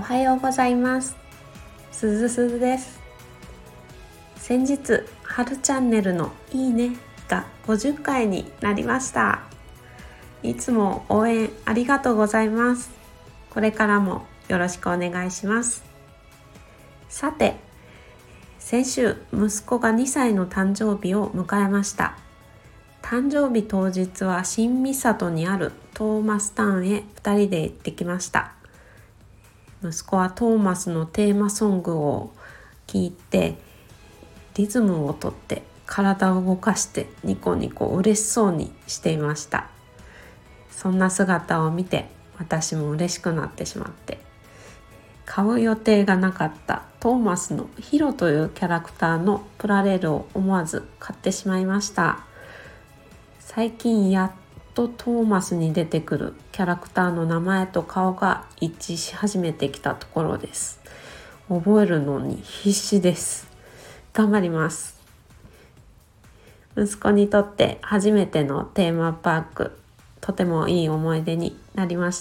はようございます。すずすずです。先日、春チャンネルのいいねが50回になりました。いつも応援ありがとうございます。これからもよろしくお願いします。さて、先週息子が2歳の誕生日を迎えました。誕生日当日は新三郷にあるトーマスタウンへ2人で行ってきました。息子はトーマスのテーマソングを聴いてリズムをとって体を動かしてニコニコ嬉しそうにしていました。そんな姿を見て私も嬉しくなってしまって、買う予定がなかったトーマスのヒロというキャラクターのプラレールを思わず買ってしまいました。最近やっとトーマスに出てくるキャラクターの名前と顔が一致し始めてきたところです。覚えるのに必死です。頑張ります。息子にとって初めてのテーマパーク、とてもいい思い出になりました。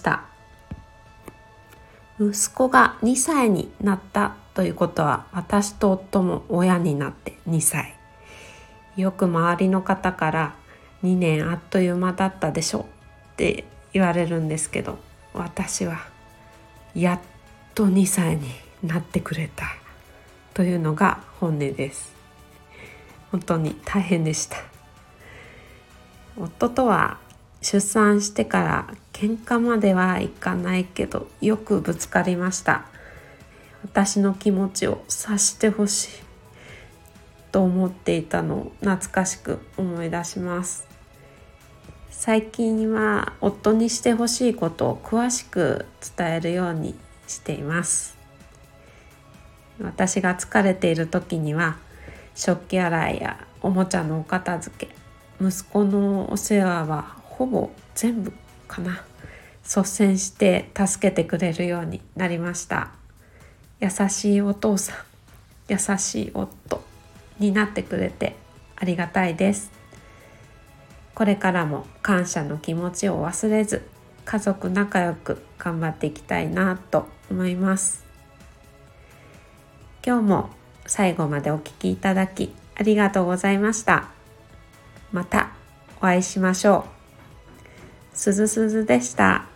息子が2歳になったということは、私と夫も親になって2歳。よく周りの方から2年あっという間だったでしょって言われるんですけど、私はやっと2歳になってくれたというのが本音です。本当に大変でした。夫とは出産してから喧嘩まではいかないけど、よくぶつかりました。私の気持ちを察してほしいと思っていたのを懐かしく思い出します。最近は夫にしてほしいことを詳しく伝えるようにしています。私が疲れている時には食器洗いやおもちゃのお片付け、息子のお世話はほぼ全部かな、率先して助けてくれるようになりました。優しいお父さん、優しい夫になってくれてありがたいです。これからも感謝の気持ちを忘れず、家族仲良く頑張っていきたいなと思います。今日も最後までお聞きいただきありがとうございました。またお会いしましょう。すずすずでした。